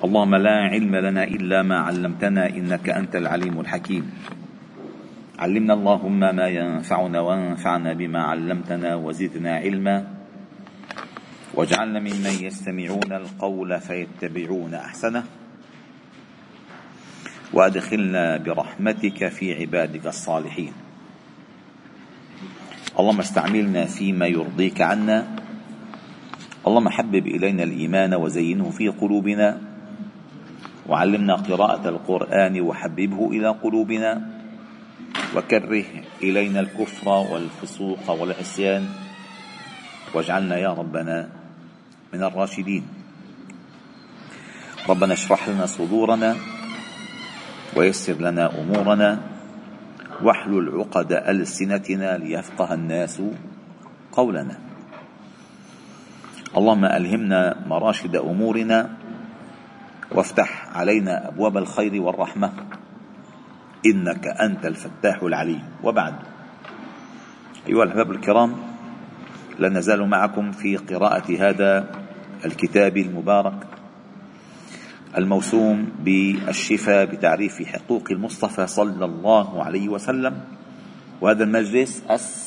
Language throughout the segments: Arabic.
اللهم لا علم لنا إلا ما علمتنا إنك أنت العليم الحكيم. علمنا اللهم ما ينفعنا وانفعنا بما علمتنا وزدنا علما، واجعلنا ممن يستمعون القول فيتبعون أحسنه، وأدخلنا برحمتك في عبادك الصالحين. اللهم استعملنا فيما يرضيك عنا. اللهم حبب إلينا الإيمان وزينه في قلوبنا، وعلمنا قراءة القرآن وحببه إلى قلوبنا، وكره إلينا الكفر والفسوق والعصيان، واجعلنا يا ربنا من الراشدين. ربنا اشرح لنا صدورنا ويسر لنا أمورنا، واحلل عقد ألسنتنا ليفقه الناس قولنا. اللهم ألهمنا مراشد أمورنا، وافتح علينا أبواب الخير والرحمة، إنك أنت الفتاح العليم. وبعد، أيها الأحباب الكرام، لا نزال معكم في قراءة هذا الكتاب المبارك الموسوم بالشفاء بتعريف حقوق المصطفى صلى الله عليه وسلم، وهذا المجلس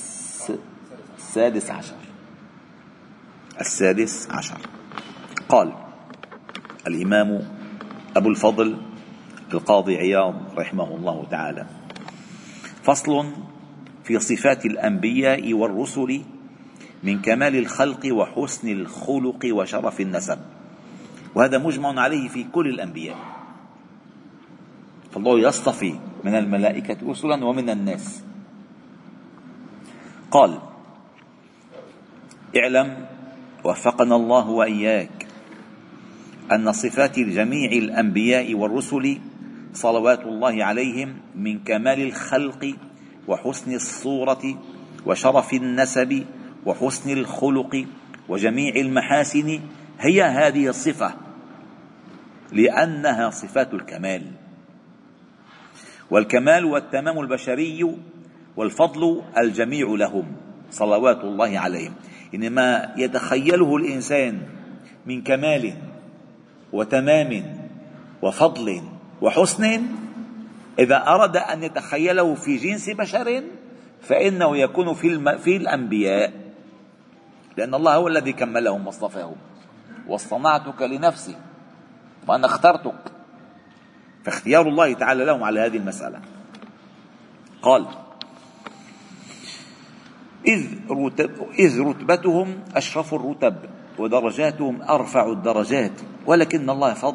السادس عشر. قال الإمام أبو الفضل القاضي عياض رحمه الله تعالى: فصل في صفات الأنبياء والرسل من كمال الخلق وحسن الخلق وشرف النسب. وهذا مجمع عليه في كل الأنبياء، فالله يصطفي من الملائكة رسلا ومن الناس. قال: اعلم وفقنا الله وإياك أن صفات جميع الأنبياء والرسل صلوات الله عليهم من كمال الخلق وحسن الصورة وشرف النسب وحسن الخلق وجميع المحاسن هي هذه الصفة، لأنها صفات الكمال، والكمال والتمام البشري، والفضل الجميع لهم صلوات الله عليهم. إنما يتخيله الإنسان من كمال وتمام وفضل وحسن، إذا أراد أن يتخيله في جنس بشر فإنه يكون في الأنبياء، لأن الله هو الذي كملهم واصطفاهم. واصطنعتك لنفسي وأنا اخترتك، فاختيار الله تعالى لهم على هذه المسألة. قال: إذ رتبتهم أشرف الرتب ودرجاتهم أرفع الدرجات، ولكن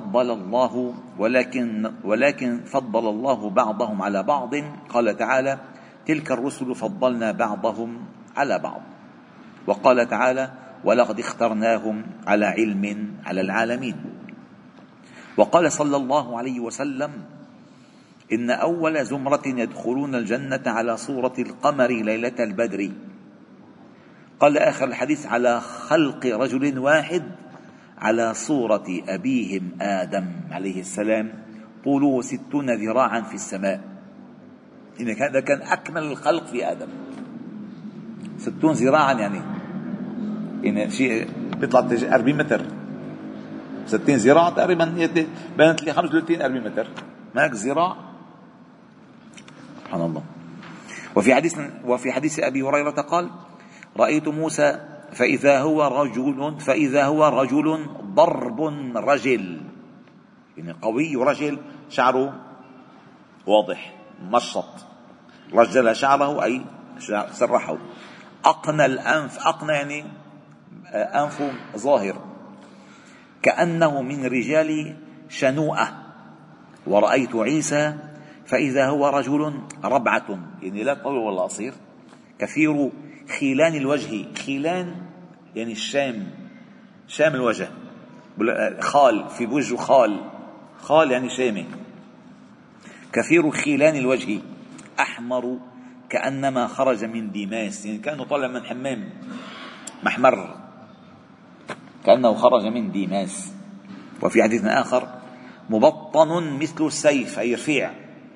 فضل الله بعضهم على بعض. قال تعالى: تلك الرسل فضلنا بعضهم على بعض. وقال تعالى: ولقد اخترناهم على علم على العالمين. وقال صلى الله عليه وسلم: إن أول زمرة يدخلون الجنة على صورة القمر ليلة البدر. قال آخر الحديث: على خلق رجل واحد على صورة أبيهم آدم عليه السلام، طوله 60 ذراعا في السماء. إن هذا كان أكمل الخلق في آدم. 60 ذراعا يعني إن شيء بيطلع 40 متر. 60 ذراع تقريبا بينت لي 35 40 متر، ما هيك ذراع؟ سبحان الله. وفي حديث أبي هريرة قال: رأيت موسى فإذا هو رجل ضرب رجل، يعني قوي رجل، شعره واضح مشط، رجل شعره أي سرحه. أقنى الأنف، أقنى يعني أنفه ظاهر، كأنه من رجال شنوءة. ورأيت عيسى فإذا هو رجل ربعة، يعني لا طويل ولا قصير، كثير خيلان الوجه. خيلان يعني شام الوجه، خال في وجهه، خال يعني شامه. كثير خيلان الوجه، أحمر كأنما خرج من ديماس، يعني كأنه طالع من حمام محمر، كأنه خرج من ديماس. وفي حديث آخر: مبطن مثل السيف، أي رفيع،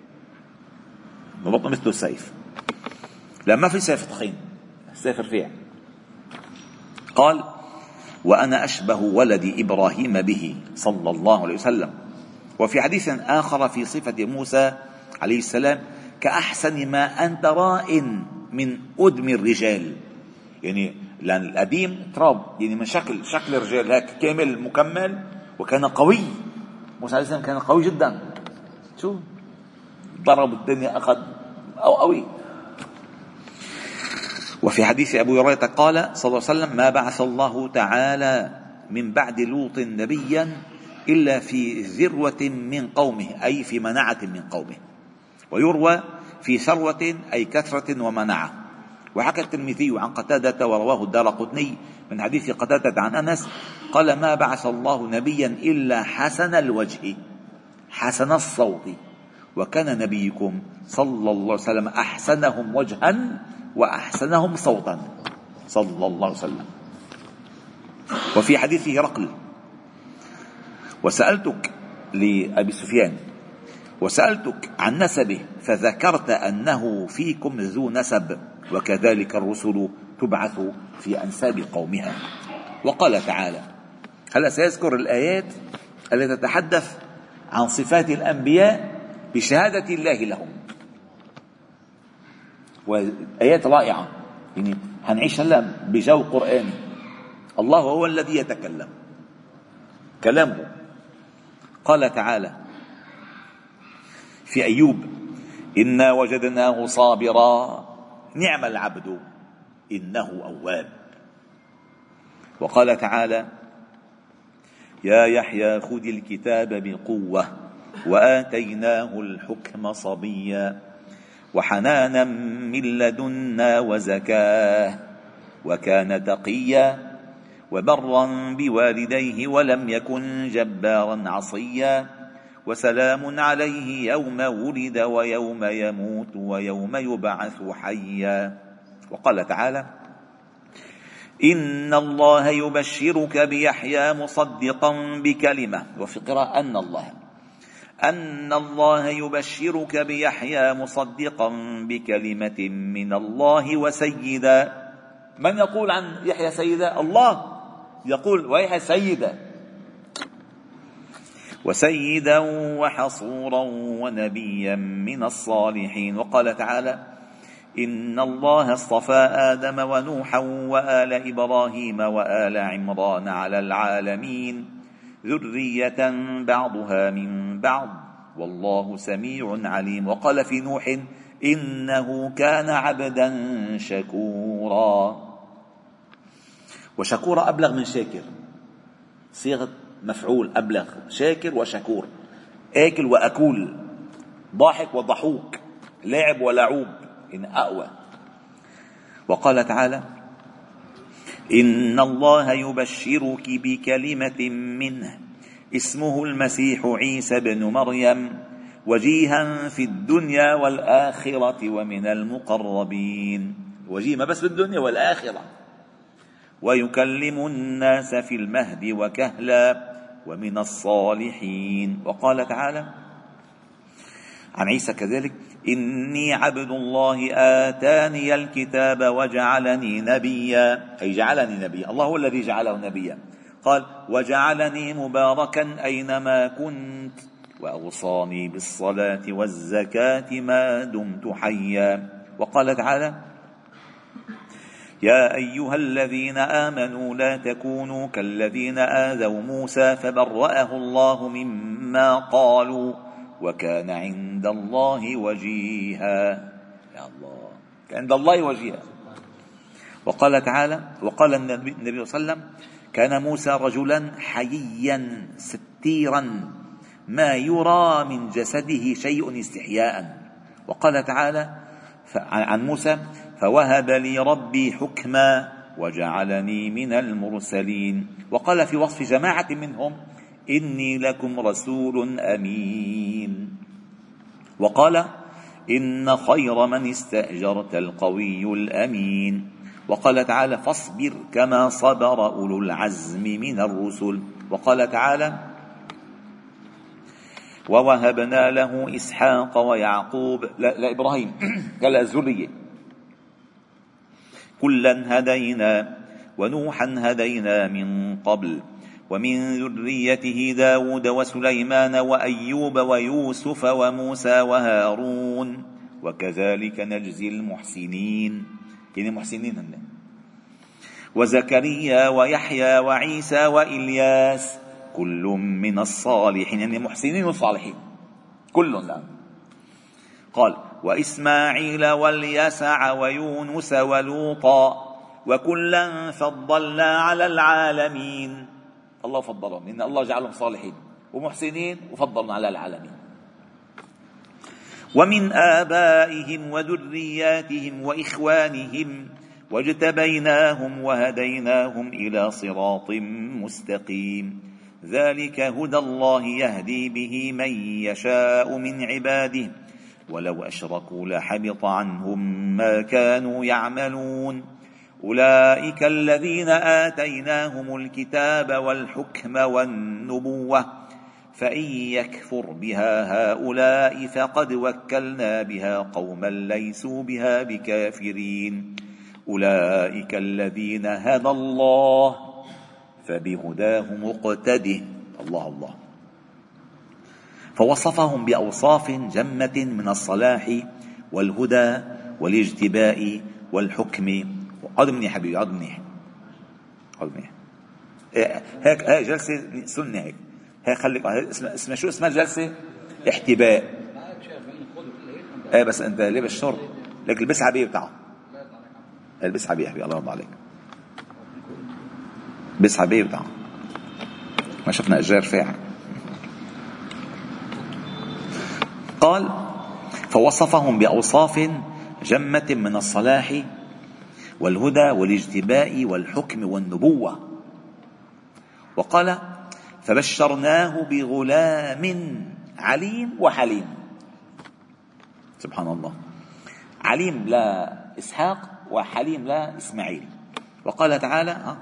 مبطن مثل السيف. لا، ما في سيف تخين، السيف رفيع. قال: وأنا أشبه ولد إبراهيم به صلى الله عليه وسلم. وفي حديث آخر في صفة موسى عليه السلام: كأحسن ما أنت رائن من أدم الرجال. يعني لأن القديم تراب، يعني من شكل الرجال هيك كامل مكمل، وكان قوي. موسى عليه السلام كان قوي جدا، شو ضرب الدنيا، أخذ أو قوي. وفي حديث أبو هريرة قال صلى الله عليه وسلم: ما بعث الله تعالى من بعد لوط نبيا إلا في ذروة من قومه، أي في منعة من قومه. ويروى في ثروة أي كثرة ومنعة. وحكى الترمذي عن قتادة ورواه الدارقطني من حديث قتادة عن أنس قال: ما بعث الله نبيا إلا حسن الوجه حسن الصوت، وكان نبيكم صلى الله عليه وسلم أحسنهم وجها وأحسنهم صوتا صلى الله عليه وسلم. وفي حديث هرقل: وسألتك لأبي سفيان وسألتك عن نسبه فذكرت أنه فيكم ذو نسب، وكذلك الرسل تبعث في أنساب قومها. وقال تعالى، هلا سيذكر الآيات التي تتحدث عن صفات الأنبياء بشهادة الله لهم، وآيات رائعة. يعني هنعيش هلا بجو قرآني، الله هو الذي يتكلم كلامه. قال تعالى في أيوب: إنا وجدناه صابرا نعم العبد إنه أواب. وقال تعالى: يا يحيى خذ الكتاب بقوة وآتيناه الحكم صبيا وحنانا من لدنا وزكاة وكان تقيا وبرا بوالديه ولم يكن جبارا عصيا وسلام عليه يوم ولد ويوم يموت ويوم يبعث حيا. وقال تعالى: إن الله يبشرك بيحيى مصدقا بكلمة. وفي قراءة أن الله يبشرك بيحيى مصدقا بكلمة من الله وسيدا. من يقول عن يحيى سيدا؟ الله يقول ويحيى سيدا، وسيدا وحصورا ونبيا من الصالحين. وقال تعالى: إن الله اصطفى آدم ونوحا وآل إبراهيم وآل عمران على العالمين ذرية بعضها من بعض والله سميع عليم. وقال في نوح: إنه كان عبدا شكورا. وشكورا أبلغ من شاكر، صيغة مفعول أبلغ، شاكر وشكور، آكل وأكول، ضاحك وضحوك، لاعب ولعوب، إن أقوى. وقال تعالى: إن الله يبشرك بكلمة منه اسمه المسيح عيسى بن مريم وجيها في الدنيا والآخرة ومن المقربين. وجيه ما بس بالدنيا والآخرة. ويكلم الناس في المهد وكهلا ومن الصالحين. وقال تعالى عن عيسى كذلك: إني عبد الله آتاني الكتاب وجعلني نبيا، أي جعلني نبيا، الله هو الذي جعله نبيا. قال: وجعلني مباركا أينما كنت وأوصاني بالصلاة والزكاة ما دمت حيا. وقال تعالى: يا أيها الذين آمنوا لا تكونوا كالذين آذوا موسى فبرأه الله مما قالوا وكان عند الله وجيها. يا الله، كان عند الله وجيها. وقال تعالى: وقال النبي صلى الله عليه وسلم: كان موسى رجلا حييا ستيرا ما يرى من جسده شيء استحياء. وقال تعالى عن موسى: فوهب لي ربي حكما وجعلني من المرسلين. وقال في وصف جماعة منهم: إني لكم رسول أمين. وقال: إن خير من استأجرت القوي الأمين. وقال تعالى: فاصبر كما صبر أولو العزم من الرسل. وقال تعالى: ووهبنا له إسحاق ويعقوب، لا إبراهيم، قال الذرية، كلا هدينا ونوحا هدينا من قبل ومن ذريته داود وسليمان وأيوب ويوسف وموسى وهارون وكذلك نجزي المحسنين، يعني محسنين هم، وزكريا ويحيى وعيسى وإلياس كل من الصالحين، يعني محسنين وصالحين كلهم. لا قال وإسماعيل واليسع ويونس ولوطا وكلا فضلنا على العالمين. الله فضلهم، إن الله جعلهم صالحين ومحسنين وفضلنا على العالمين. ومن آبائهم وذرياتهم وإخوانهم واجتبيناهم وهديناهم إلى صراط مستقيم، ذلك هدى الله يهدي به من يشاء من عباده ولو أشركوا لحبط عنهم ما كانوا يعملون. أولئك الذين آتيناهم الكتاب والحكم والنبوة فإن يكفر بها هؤلاء فقد وكلنا بها قوما ليسوا بها بكافرين. أولئك الذين هدى الله فبهداه مقتده. الله الله. فوصفهم بأوصاف جمة من الصلاح والهدى والاجتباء والحكم. عد منيح حبيبي، عد منيح، عد منيح. هيك هاي جلسة سنة، هيك خليك اسمها شو اسمها الجلسة؟ احتباء. بس انت ليه بالشرط لك البس حبيبي تعال، البس حبيبي حبيبي الله يرضى عليك، بس حبيبي تعال، ما شفنا اجار فاعل. قال فوصفهم بأوصاف جمة من الصلاح والهدى والاجتباء والحكم والنبوة. وقال فبشرناه بغلام عليم وحليم. سبحان الله، عليم لا إسحاق وحليم لا إسماعيل. وقال تعالى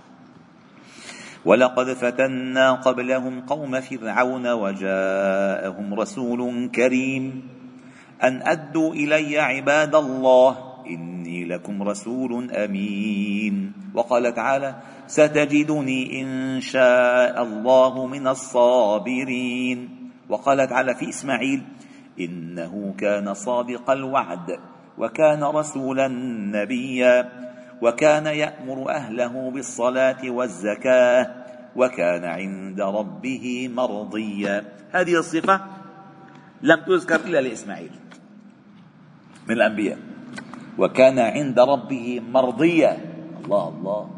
ولقد فتنا قبلهم قوم فرعون وجاءهم رسول كريم أن أدوا إلي عباد الله إني لكم رسول أمين. وقال تعالى ستجدني إن شاء الله من الصابرين. وقال تعالى في إسماعيل إنه كان صادق الوعد وكان رسولا نبيا وكان يأمر أهله بالصلاة والزكاة وكان عند ربه مرضيا. هذه الصفة لم تذكر إلا لإسماعيل من الأنبياء، وكان عند ربه مرضيا. الله الله.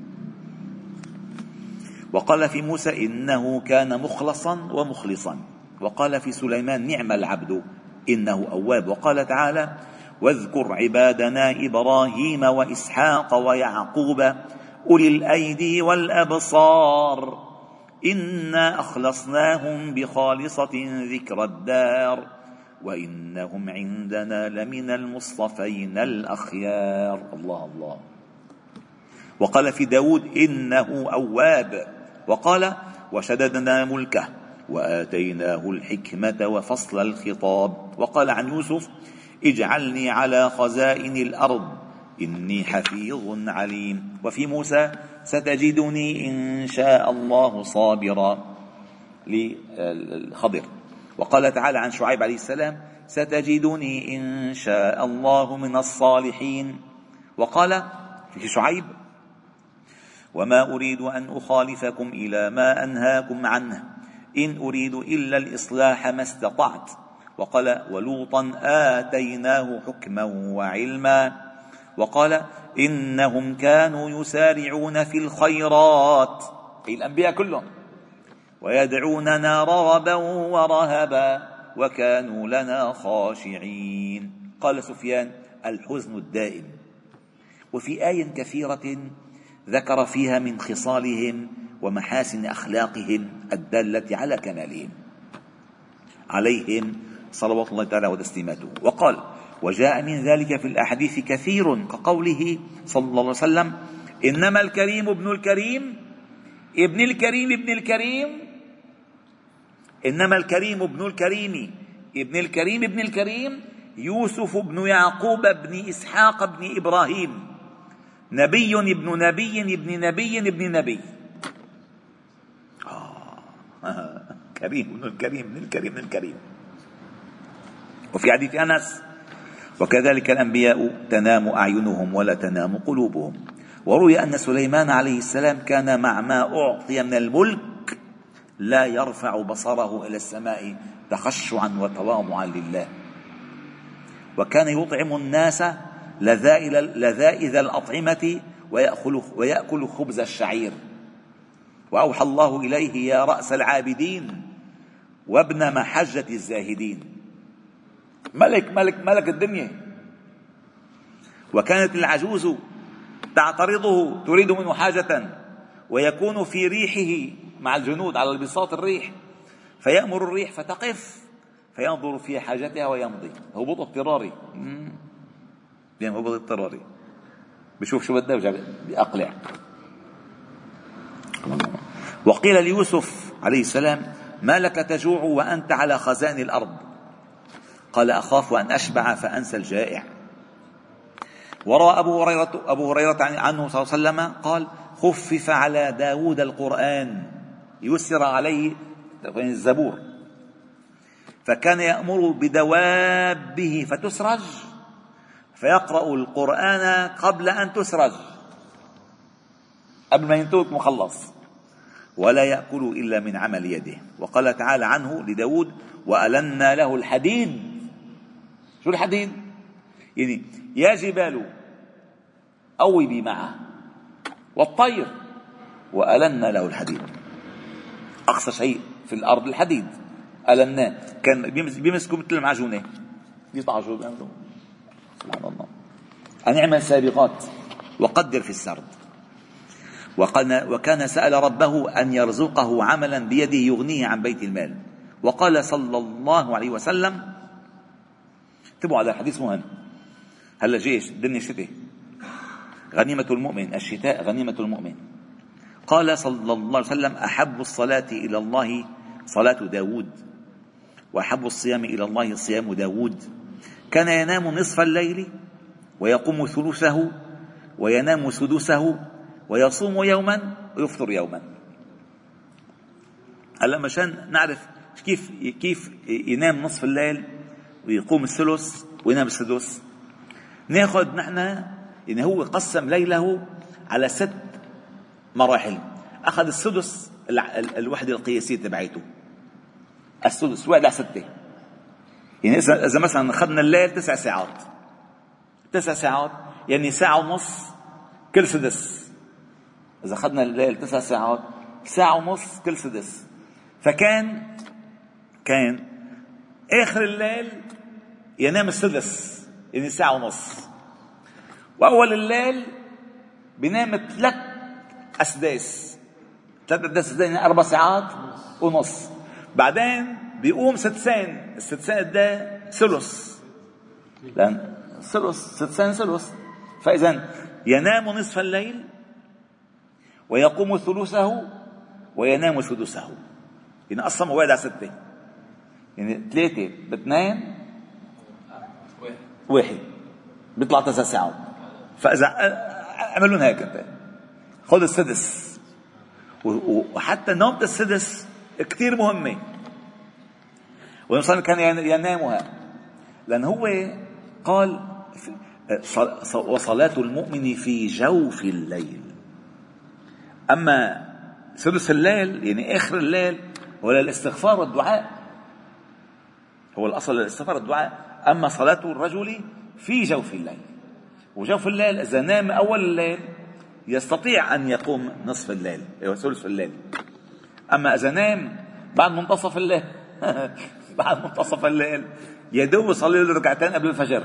وقال في موسى إنه كان مخلصا ومخلصا. وقال في سليمان نعم العبد إنه أواب. وقال تعالى واذكر عبادنا إبراهيم وإسحاق ويعقوب أولي الأيدي والأبصار إنا أخلصناهم بخالصة ذكر الدار وإنهم عندنا لمن المصطفين الأخيار. الله الله. وقال في داود إنه أواب. وقال وشددنا ملكه وآتيناه الحكمة وفصل الخطاب. وقال عن يوسف اجعلني على خزائن الأرض إني حفيظ عليم. وفي موسى ستجدني إن شاء الله صابرا للخضر. وقال تعالى عن شعيب عليه السلام ستجدني إن شاء الله من الصالحين. وقال في شعيب وما أريد أن أخالفكم إلى ما أنهاكم عنه إن أريد إلا الإصلاح ما استطعت. وقال ولوطا آتيناه حكما وعلما. وقال إنهم كانوا يسارعون في الخيرات، أي الأنبياء كلهم، ويدعوننا رغبا ورهبا وكانوا لنا خاشعين. قال سفيان الحزن الدائم. وفي آية كثيرة ذكر فيها من خصالهم ومحاسن أخلاقهم الدالة على كمالهم عليهم صلوات الله تعالى وتسليماته. وقال وجاء من ذلك في الأحاديث كثير كقوله صلى الله عليه وسلم إنما الكريم ابن الكريم ابن الكريم ابن الكريم، إنما الكريم ابن الكريم ابن الكريم ابن الكريم يوسف بن يعقوب بن إسحاق بن إبراهيم نبي ابن نبي ابن نبي ابن نبي. كريم ابن الكريم ابن الكريم ابن الكريم. وفي حديث أنس: وكذلك الأنبياء تنام أعينهم ولا تنام قلوبهم. وروي أن سليمان عليه السلام كان مع ما أعطي من الملك لا يرفع بصره إلى السماء تخشعا وتواضعا لله، وكان يطعم الناس لذائذ الأطعمة ويأكل خبز الشعير. وأوحى الله إليه: يا رأس العابدين وابن محجة الزاهدين. ملك الدنيا. وكانت العجوز تعترضه تريد منه حاجة، ويكون في ريحه مع الجنود على البساط الريح، فيأمر الريح فتقف فينظر في حاجتها ويمضي. هبوط اضطراري، هبوط اضطراري، بشوف شو بده وجا بيقلع. وقيل ليوسف عليه السلام: ما لك تجوع وأنت على خزائن الأرض؟ قال: أخاف أن أشبع فأنسى الجائع. وروى أبو هريرة عنه صلى الله عليه وسلم قال: خفف على داود القرآن، يسر عليه الزبور، فكان يأمر بدوابه فتسرج، فيقرأ القرآن قبل أن تسرج، قبل ما ينتهك مخلص، ولا يأكل إلا من عمل يده. وقال تعالى عنه لداود: وألنا له الحديد. شو الحديد؟ يعني يا جبال أوبي معه، والطير وألنا له الحديد. أقصى شيء في الأرض الحديد، ألناه. كان بيمسكوا مثل المعجونة، يطعجوا بيعملوا. سبحان الله. أن اعمل سابقات وقدر في السرد. وكان سأل ربه أن يرزقه عملا بيده يغنيه عن بيت المال. وقال صلى الله عليه وسلم، انتبهوا على الحديث مهم، هلا جيش الدنيا شتاء، غنيمة المؤمن الشتاء غنيمة المؤمن. قال صلى الله عليه وسلم: أحب الصلاة إلى الله صلاة داود، وأحب الصيام إلى الله صيام داود. كان ينام نصف الليل ويقوم ثلثه وينام سدسه ويصوم يوما ويفطر يوما. هلا مشان نعرف كيف ينام نصف الليل ويقوم الثلث وينام السدس، ناخذ نحن يعني هو قسم ليله على 6 مراحل. أخذ السدس الوحدة القياسية تبعيته، السدس 1 على 6. يعني إذا مثلا أخذنا الليل 9 ساعات، 9 ساعات يعني 1.5 ساعة كل سدس. إذا أخذنا الليل 9 ساعات، 1.5 ساعة كل سدس. فكان آخر الليل ينام السدس، يعني 1.5 ساعة، وأول الليل بينام 3 أسداس، 3 أسداس يعني 4.5 ساعات. بعدين بيقوم 6 ساعات، السدسان ده ثلث، لأن ثلث 6 ساعات ثلث. فإذا ينام نصف الليل ويقوم ثلثه وينام سدسه، يعني أصلا 1 على 6، يعني 3 ب2 1 بيطلع 9 ساعات. فإذا عملون هيك أنت خذ السدس. وحتى نومة السدس كتير مهمة، والإنسان كان ينامها، لأن هو قال: وصلاة المؤمن في جوف الليل. أما سدس الليل يعني آخر الليل هو للاستغفار والدعاء، هو الأصل للاستغفار والدعاء. أما صلاة الرجل في جوف الليل، وجوف الليل إذا نام أول الليل يستطيع أن يقوم نصف الليل ثلث الليل. أما إذا نام بعد منتصف الليل بعد منتصف الليل يدوب يصلي له ركعتين قبل الفجر،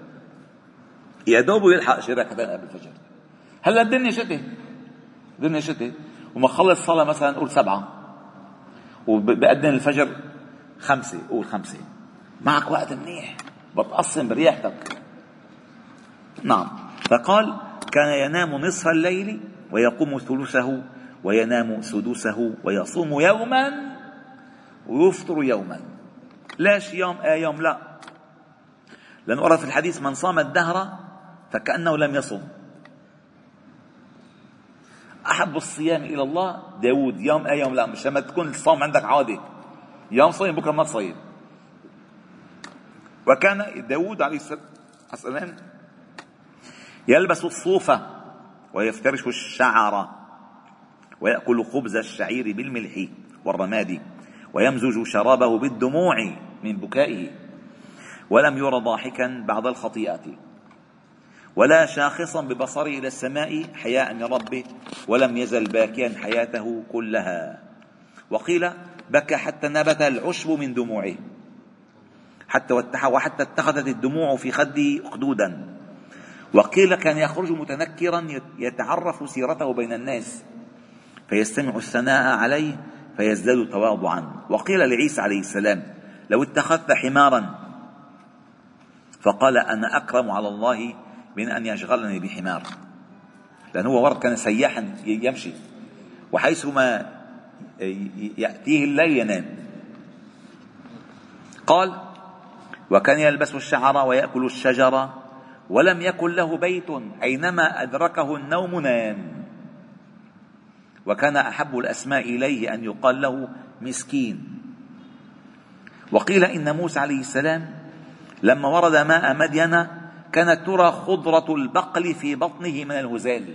يدوب يلحق شي ركعتين قبل الفجر. هلا الدنيا شتي وما خلص صلاة مثلا نقول 7 وبأذن الفجر 5، قول 5، معك وقت منيح بتقسم برياحتك. نعم. فقال: كان ينام نصف الليل ويقوم ثلثه وينام سدسه ويصوم يوما ويفطر يوما. ليش يوم لا؟ لأن ورد في الحديث: من صام الدهر فكأنه لم يصم. وأحب الصيام إلى الله داود، يوم يوم لا، مش لما تكون الصوم عندك عادة، يوم صيم بكرة ما تصيم. وكان داود عليه السلام يلبس الصوف ويفترش الشعر ويأكل خبز الشعير بالملح والرماد ويمزج شرابه بالدموع من بكائه، ولم ير ضاحكا بعد الخطيئة، ولا شاخصا ببصره إلى السماء حياء من ربه، ولم يزل باكيا حياته كلها. وقيل بكى حتى نبت العشب من دموعه، وحتى اتخذت الدموع في خده أخدودا. وقيل كان يخرج متنكرا يتعرف سيرته بين الناس، فيستمع الثناء عليه فيزداد تواضعا. وقيل لعيسى عليه السلام لو اتخذت حمارا، فقال أنا أكرم على الله من أن يشغلني بحمار، لأنه هو ورد كان سياحا يمشي، وحيثما يأتيه الليل ينام. قال وكان يلبس الشعر ويأكل الشجر ولم يكن له بيت، أينما أدركه النوم نام. وكان أحب الأسماء إليه أن يقال له مسكين. وقيل إن موسى عليه السلام لما ورد ماء مدين كانت ترى خضرة البقل في بطنه من الهزال،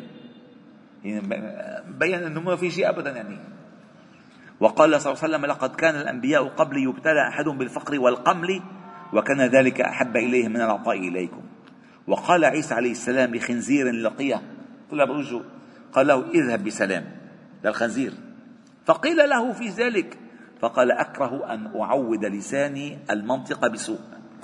بين أنه ما في شيء أبدا يعني. وقال صلى الله عليه وسلم لقد كان الأنبياء قبل يبتلى أحدهم بالفقر والقمل، وكان ذلك أحب إليه من العطاء إليكم. وقال عيسى عليه السلام لخنزير لقيه طلع بوجهه قال له اذهب بسلام للخنزير، فقيل له في ذلك فقال أكره أن أعود لساني المنطق بسوء.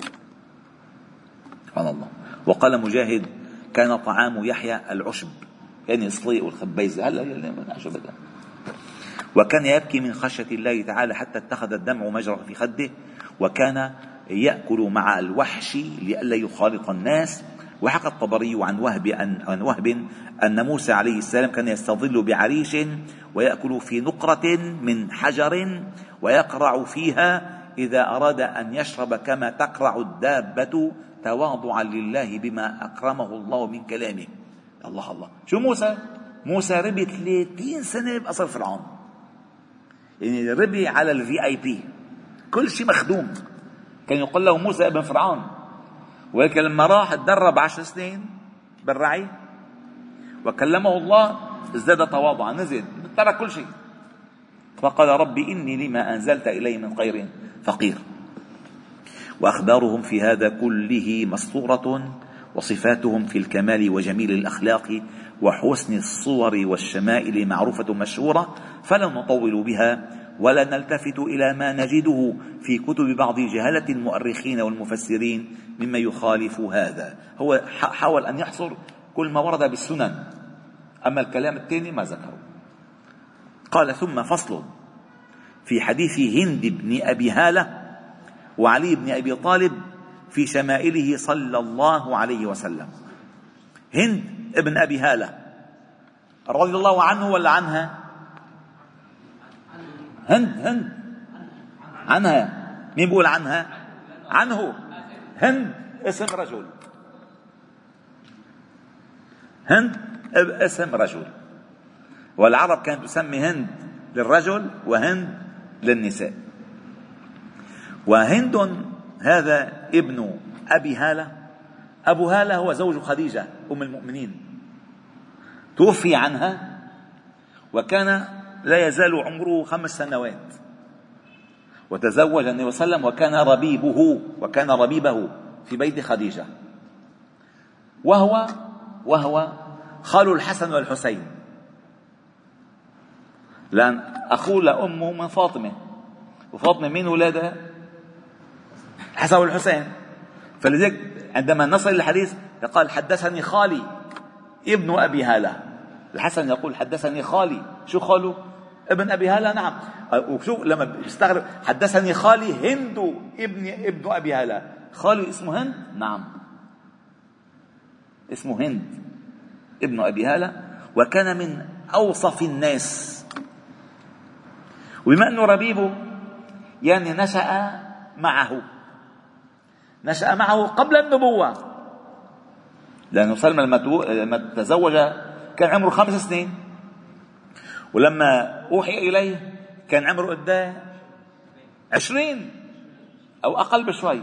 سبحان الله. وقال مجاهد كان طعام يحيى العشب، يعني الصليء والخبيز، هلا من عشب. وكان يبكي من خشية الله تعالى حتى اتخذ الدمع مجرى في خده، وكان يأكل مع الوحش لئلا يخالط الناس. وحكى الطبري عن وهب أن موسى عليه السلام كان يستظل بعريش ويأكل في نقرة من حجر ويقرع فيها إذا أراد أن يشرب كما تقرع الدابة تواضعا لله بما أكرمه الله من كلامه. الله الله، شو موسى ربي 30 سنة بقصر فرعون، يعني ربي على VIP، كل شيء مخدوم. كان يقول له موسى ابن فرعون، ولكن لما راح تدرب 10 سنين بالرعي وكلمه الله ازداد تواضعا، نزل ترك كل شيء، فقال ربي إني لما أنزلت إلي من خير فقير. وأخبارهم في هذا كله مسطورة، وصفاتهم في الكمال وجميل الأخلاق وحسن الصور والشمائل معروفة مشهورة، فلا نطول بها ولا نلتفت إلى ما نجده في كتب بعض جهلة المؤرخين والمفسرين مما يخالف هذا. هو حاول أن يحصر كل ما ورد بالسنن، أما الكلام الثاني ما ذكره. قال ثم فصل في حديث هند بن أبي هالة وعلي بن أبي طالب في شمائله صلى الله عليه وسلم. هند ابن أبي هالة رضي الله عنه ولا عنها؟ هند عنها. مين بيقول عنها؟ عنه. هند اسم رجل، هند اسم رجل، والعرب كانت تسمي هند للرجل وهند للنساء. وهند هذا ابن أبي هالة. أبو هالة هو زوج خديجة أم المؤمنين، توفي عنها وكان لا يزال عمره 5 سنوات، وتزوج النبي صلى الله عليه وسلم وكان ربيبه في بيت خديجة، وهو خال الحسن والحسين، لأن أخوه لأمه من فاطمة، وفاطمة من ولادها؟ الحسن والحسين. فلذلك عندما نصل الحديث قال حدثني خالي ابن أبي هالة. الحسن يقول حدثني خالي، شو خاله؟ ابن أبي هالة. نعم. وشو لما يستغرب حدثني خالي هند ابن أبي هالة، خالي اسمه هند. نعم اسمه هند ابن أبي هالة، وكان من أوصف الناس. وبما أنه ربيبه يعني نشأ معه قبل النبوة، لأنه سلمى لما تزوج كان عمره 5 سنين، ولما أوحي إليه كان عمره قد 20 أو أقل بشوي،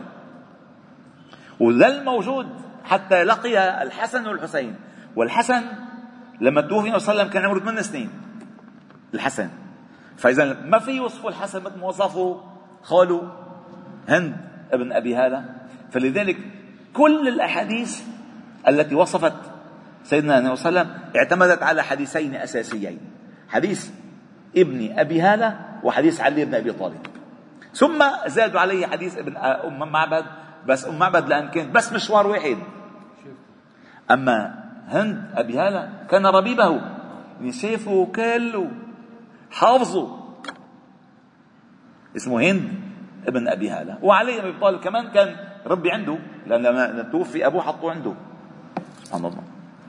وظل موجود حتى لقي الحسن والحسين. والحسن لما توفي النبي صلى الله عليه وسلم كان عمره 8 سنين الحسن. فإذا ما في يوصفوا الحسن مثل ما وصفوا خاله هند ابن أبي هالة. فلذلك كل الأحاديث التي وصفت سيدنا النبي صلى الله عليه وسلم اعتمدت على حديثين أساسيين: حديث ابن أبي هالة وحديث علي بن أبي طالب، ثم زادوا عليه حديث ابن أم معبد، بس أم معبد لأن كانت بس مشوار واحد. أما هند أبي هالة كان ربيبه، شافه كله حافظه، اسمه هند ابن أبي هالة. وعلي بن أبي طالب كمان كان ربي عنده، لأن لما توفي أبوه حطوه عنده. سبحان الله.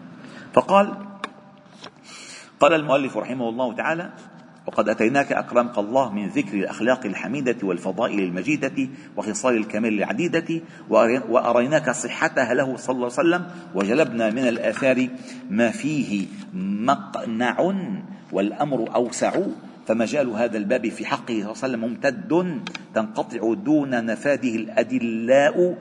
قال المؤلف رحمه الله تعالى: وقد أتيناك أكرمك الله من ذكر الأخلاق الحميدة والفضائل المجيدة وخصال الكمال العديدة، وأريناك صحتها له صلى الله عليه وسلم، وجلبنا من الآثار ما فيه مقنع والأمر أوسع، فمجال هذا الباب في حقه صلى الله عليه وسلم ممتد تنقطع دون نفاده الأدلاء،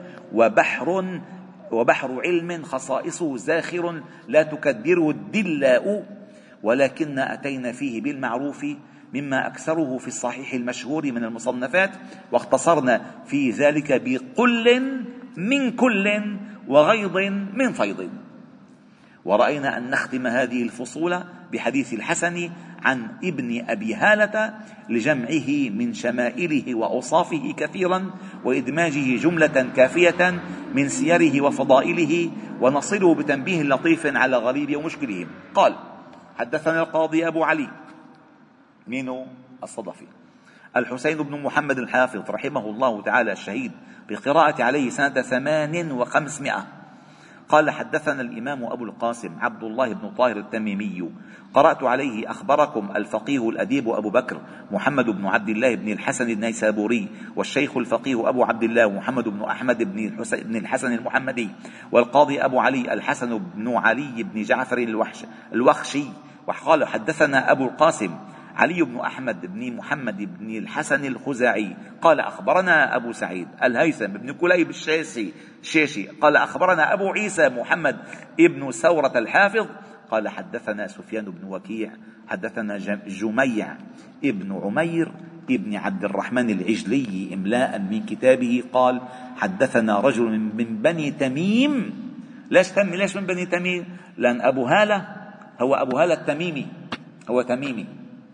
وبحر علم خصائصه زاخر لا تكدره الدلاء، ولكن أتينا فيه بالمعروف مما أكثره في الصحيح المشهور من المصنفات، واختصرنا في ذلك بقل من كل وغيض من فيض. ورأينا أن نختم هذه الفصول بحديث الحسن عن ابن أبي هالة لجمعه من شمائله وأوصافه كثيرا، وإدماجه جملة كافية من سيره وفضائله، ونصله بتنبيه لطيف على غريب ومشكلهم. قال: حدثنا القاضي أبو علي مينو الصدفي الحسين بن محمد الحافظ رحمه الله تعالى الشهيد بقراءة عليه سنة 5800. قال: حدثنا الإمام أبو القاسم عبد الله بن طاهر التميمي، قرأت عليه أخبركم الفقيه الأديب أبو بكر محمد بن عبد الله بن الحسن النيسابوري، والشيخ الفقيه أبو عبد الله محمد بن أحمد بن الحسن المحمدي، والقاضي أبو علي الحسن بن علي بن جعفر الوخشي. وقال: حدثنا أبو القاسم علي بن أحمد بن محمد بن الحسن الخزاعي قال: أخبرنا أبو سعيد الهيثم بن كليب الشاشي قال: أخبرنا أبو عيسى محمد ابن سورة الحافظ قال: حدثنا سفيان بن وكيع حدثنا جميع ابن عمير ابن عبد الرحمن العجلي إملاء من كتابه قال: حدثنا رجل من بني تميم. ليش من بني تميم؟ لأن أبو هالة هو أبو هالة التميمي، هو تميمي.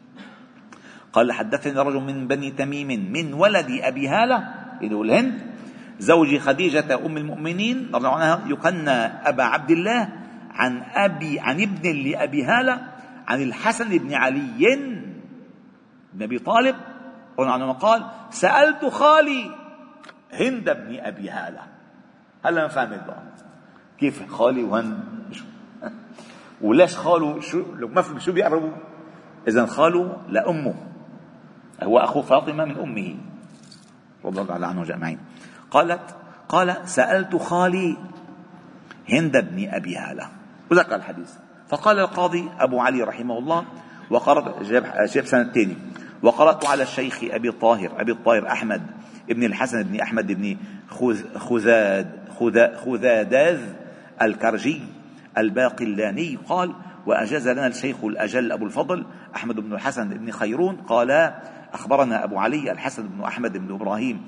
قال: حدثني رجل من بني تميم من ولد أبي هالة إلى الهند زوج خديجة أم المؤمنين رضي الله عنها، يكنى أبا عبد الله، عن ابن لأبي هالة عن الحسن بن علي بن أبي طالب عنه قال: سألت خالي هند بن أبي هالة. هلا ما فهمت بقى كيف خالي وهند وليش خاله شو بيقربوا؟ إذن خاله لأمه، هو أخو فاطمة من أمه رضي الله عنه أجمعين. قال: سألت خالي هند بن أبي هالة، وذكر الحديث. فقال القاضي أبو علي رحمه الله: وقرأت جاب سنة الثاني، وقرأت على الشيخ أبي الطاهر أحمد ابن الحسن بن أحمد بن خذاداذ الكرجي الباقلاني قال: وأجاز لنا الشيخ الأجل أبو الفضل أحمد بن الحسن بن خيرون قال: أخبرنا أبو علي الحسن بن أحمد بن إبراهيم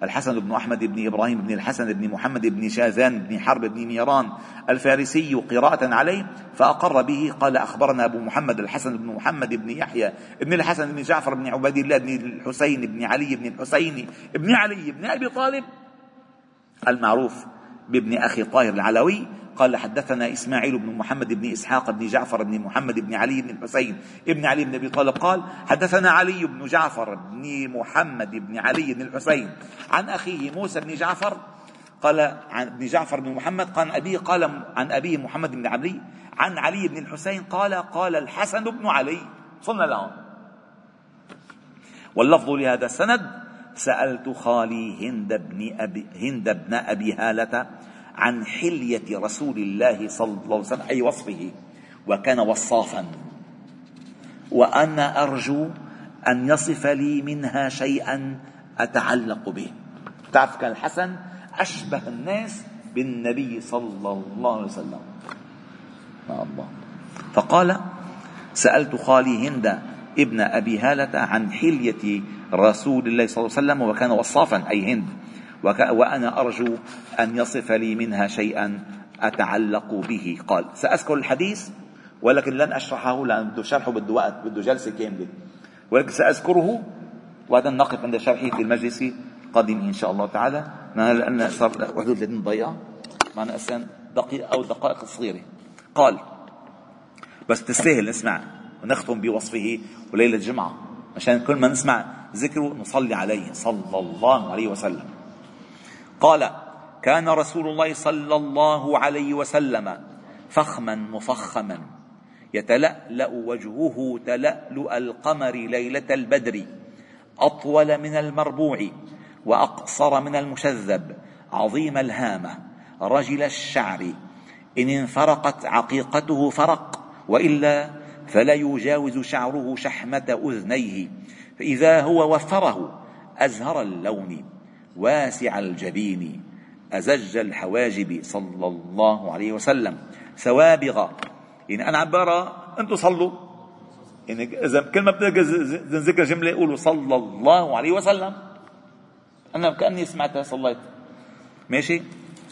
بن الحسن بن محمد بن شاذان بن حرب بن ميران الفارسي قراءة عليه فأقر به. قال: أخبرنا أبو محمد الحسن بن محمد بن يحيى بن الحسن بن جعفر بن عبيد الله بن الحسين بن علي بن الحسين بن علي بن أبي طالب المعروف بابن أخي طاهر العلوي. قال: حدثنا إسماعيل بن محمد بن إسحاق بن جعفر بن محمد بن علي بن الحسين ابن علي بن أبي طالب قال: حدثنا علي بن جعفر بن محمد بن علي بن الحسين عن أخيه موسى بن جعفر قال عن ابن جعفر بن محمد قال عن أبيه محمد بن علي عن علي بن الحسين قال الحسن بن علي. صلنا لهم. واللفظ لهذا السند: سألت خالي هند بن أبي هالة عن حلية رسول الله صلى الله عليه وسلم، أي وصفه، وكان وصافا وأنا أرجو أن يصف لي منها شيئا أتعلق به. تعرف كان الحسن أشبه الناس بالنبي صلى الله عليه وسلم. الله. فقال: سألت خالي هند ابن أبي هالة عن حلية رسول الله صلى الله عليه وسلم، وكان وصافا أي هند، وأنا أرجو أن يصف لي منها شيئا أتعلق به. قال: سأذكر الحديث ولكن لن أشرحه لأن بده شرحه، بده وقت، بده جلسة كاملة، ولكن سأذكره وبعدين نقف عند شرحه في المجلس القادم إن شاء الله تعالى، لأن صار 31 دقيقة معنا أسان دقيقة أو دقائق صغيرة. قال: بس تستاهل نسمع ونختم بوصفه وليلة الجمعة عشان كل ما نسمع ذكره نصلي عليه صلى الله عليه وسلم. قال: كان رسول الله صلى الله عليه وسلم فخما مفخما يتلألأ وجهه تلألؤ القمر ليلة البدر، أطول من المربوع وأقصر من المشذب، عظيم الهامة رجل الشعر، إن انفرقت عقيقته فرق، وإلا فلا يجاوز شعره شحمة أذنيه، فإذا هو وفره أزهر اللون واسع الجبين، أزج الحواجب صلى الله عليه وسلم، سوابغ. يعني أنا عبارة أنتم صلوا، يعني إذا كل ما بدك ذكر جملة قولوا صلى الله عليه وسلم. أنا كأني سمعتها صليت ماشي.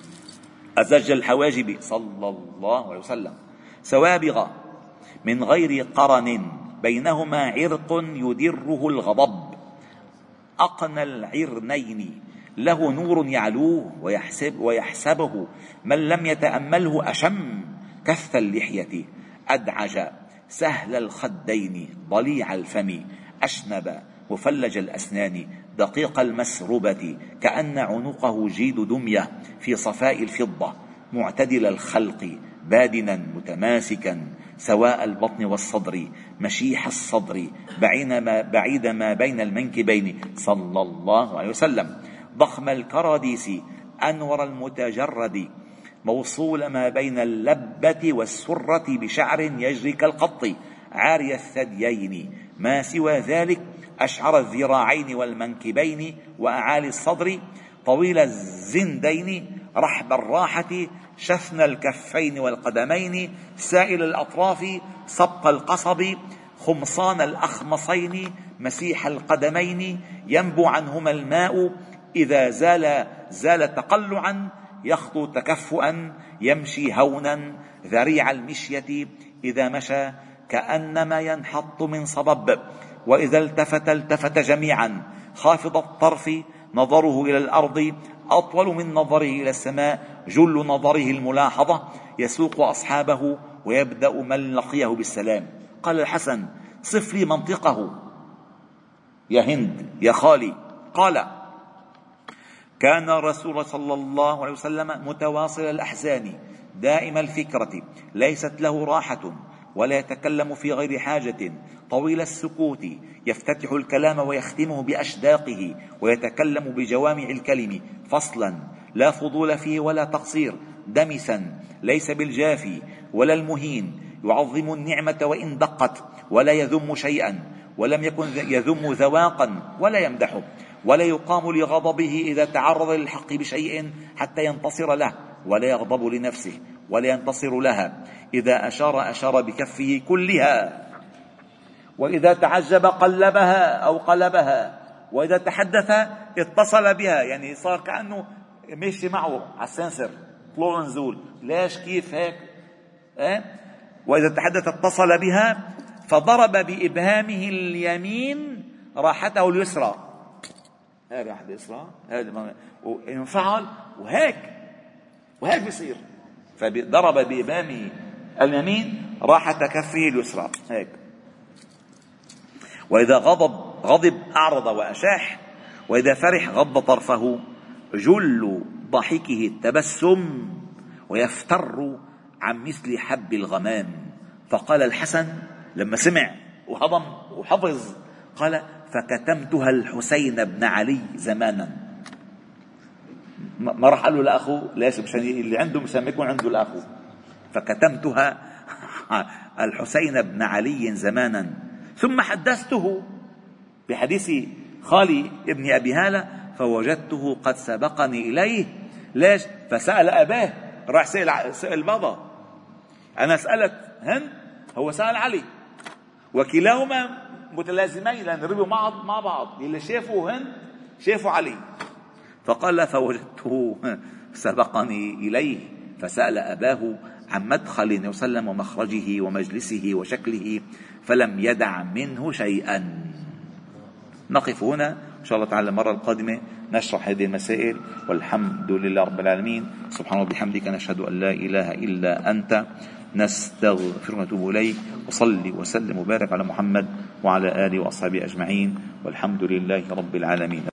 أزج الحواجب صلى الله عليه وسلم، سوابغ من غير قرن بينهما عرق يدره الغضب، أقنى العرنين له نور يعلوه ويحسبه من لم يتأمله أشم، كث اللحية أدعج سهل الخدين ضليع الفم، أشنب مفلج الأسنان دقيق المسربة، كأن عنقه جيد دمية في صفاء الفضة، معتدل الخلق بادنا متماسكا سواء البطن والصدر، مشيح الصدر بعيد ما بين المنكبين صلى الله عليه وسلم، ضخم الكراديس أنور المتجرد، موصول ما بين اللبة والسرة بشعر يجري كالقط، عاري الثديين، ما سوى ذلك أشعر الذراعين والمنكبين وأعالي الصدر، طويل الزندين، رحب الراحة، شثن الكفين والقدمين، سائل الأطراف، سبق القصب، خمصان الأخمصين، مسيح القدمين، ينبو عنهما الماء، إذا زال تقلعا، يخطو تكفؤا، يمشي هونا، ذريع المشية، إذا مشى كأنما ينحط من صبب، وإذا التفت جميعا، خافض الطرف، نظره إلى الأرض أطول من نظره إلى السماء، جل نظره الملاحظة، يسوق أصحابه ويبدأ من لقيه بالسلام. قال الحسن: صف لي منطقه يا هند يا خالي. قال: كان الرسول صلى الله عليه وسلم متواصل الأحزان، دائم الفكرة، ليست له راحة، ولا يتكلم في غير حاجة، طويل السكوت، يفتتح الكلام ويختمه بأشداقه، ويتكلم بجوامع الكلم، فصلا لا فضول فيه ولا تقصير، دمسا ليس بالجافي ولا المهين، يعظم النعمة وإن دقت، ولا يذم شيئا، ولم يكن يذم ذواقا ولا يمدحه، ولا يقام لغضبه إذا تعرض للحق بشيء حتى ينتصر له، ولا يغضب لنفسه ولا ينتصر لها، إذا أشار بكفه كلها، وإذا تعجب قلبها أو قلبها، وإذا تحدث اتصل بها، يعني صار كأنه ماشي معه على السنسر طلوع نزول، ليش كيف هيك وإذا تحدث اتصل بها، فضرب بإبهامه اليمين راحته اليسرى، هذه راحة اليسرى، هذا ينفعل وهيك بيصير، فضرب بإبهامه اليمين راحة كفه اليسرى هيك. وإذا غضب أعرض وأشاح، وإذا فرح غض طرفه، جل ضحكه التبسم، ويفتر عن مثل حب الغمام. فقال الحسن لما سمع وهضم وحفظ، قال: فكتمتها الحسين بن علي زمانا. ما راح قال له لأخوه، ليش؟ مشان اللي عنده مشان يكون عنده لأخوه. فكتمتها الحسين بن علي زمانا، ثم حدثته بحديث خالي ابن أبي هالة فوجدته قد سبقني إليه. ليش؟ فسأل أباه، راح سأل بابا. أنا سألت هند، هو سأل علي، وكلاهما متلازمين لأن ربوا مع بعض. اللي شافوا هند شافوا علي. فقال فوجدته سبقني إليه فسأل أباه عن مدخل النبي صلى الله عليه وسلم ومخرجه ومجلسه وشكله فلم يدع منه شيئا. نقف هنا إن شاء الله تعالى. المرة القادمة نشرح هذه المسائل، والحمد لله رب العالمين. سبحانه وبحمدك نشهد أن لا إله إلا أنت نستغفرك ونتوب إليك. وصلي وسلم وبارك على محمد وعلى آله وأصحابه أجمعين، والحمد لله رب العالمين.